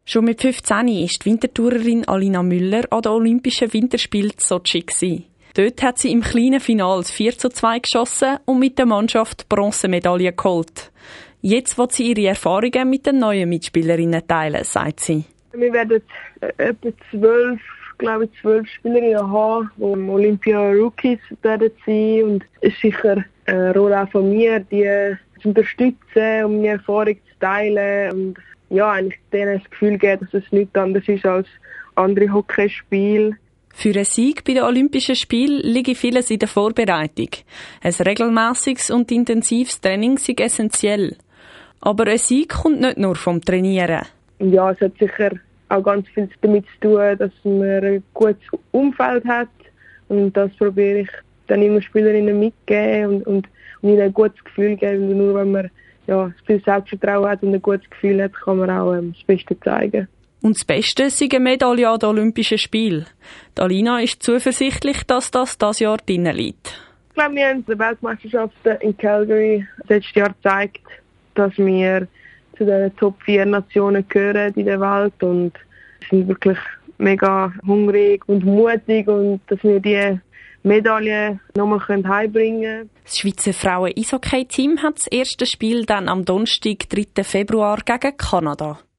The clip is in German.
Schon mit 15 war die Wintertourerin Alina Müller an den Olympischen Winterspielen in Sotschi. Dort hat sie im kleinen Finale 4:2 geschossen und mit der Mannschaft die Bronzemedaille geholt. Jetzt will sie ihre Erfahrungen mit den neuen Mitspielerinnen teilen, sagt sie. Wir werden etwa 12 Spielerinnen haben, die Olympia-Rookies werden sein. Und es ist sicher eine Rolle auch von mir, die zu unterstützen, um meine Erfahrung zu teilen. Und ja, eigentlich denen das Gefühl geben, dass es nichts anderes ist als andere Hockeyspiele. Für einen Sieg bei den Olympischen Spielen liegt vieles in der Vorbereitung. Ein regelmässiges und intensives Training ist essentiell. Aber ein Sieg kommt nicht nur vom Trainieren. Ja, es hat sicher auch ganz viel damit zu tun, dass man ein gutes Umfeld hat. Und das probiere ich dann immer Spielerinnen mitzugeben und ihnen ein gutes Gefühl geben. Nur wenn man viel Selbstvertrauen hat und ein gutes Gefühl hat, kann man auch das Beste zeigen. Und das Beste ist eine Medaille an den Olympischen Spielen. Alina ist zuversichtlich, dass das dieses Jahr drin liegt. Ich glaube, wir haben die Weltmeisterschaften in Calgary letztes Jahr gezeigt, dass wir zu den Top 4 Nationen gehören in der Welt und sind wirklich mega hungrig und mutig und dass wir die Medaille nochmal heimbringen können. Das Schweizer Frauen-Eishockey-Team hat das erste Spiel dann am Donnerstag, 3. Februar gegen Kanada.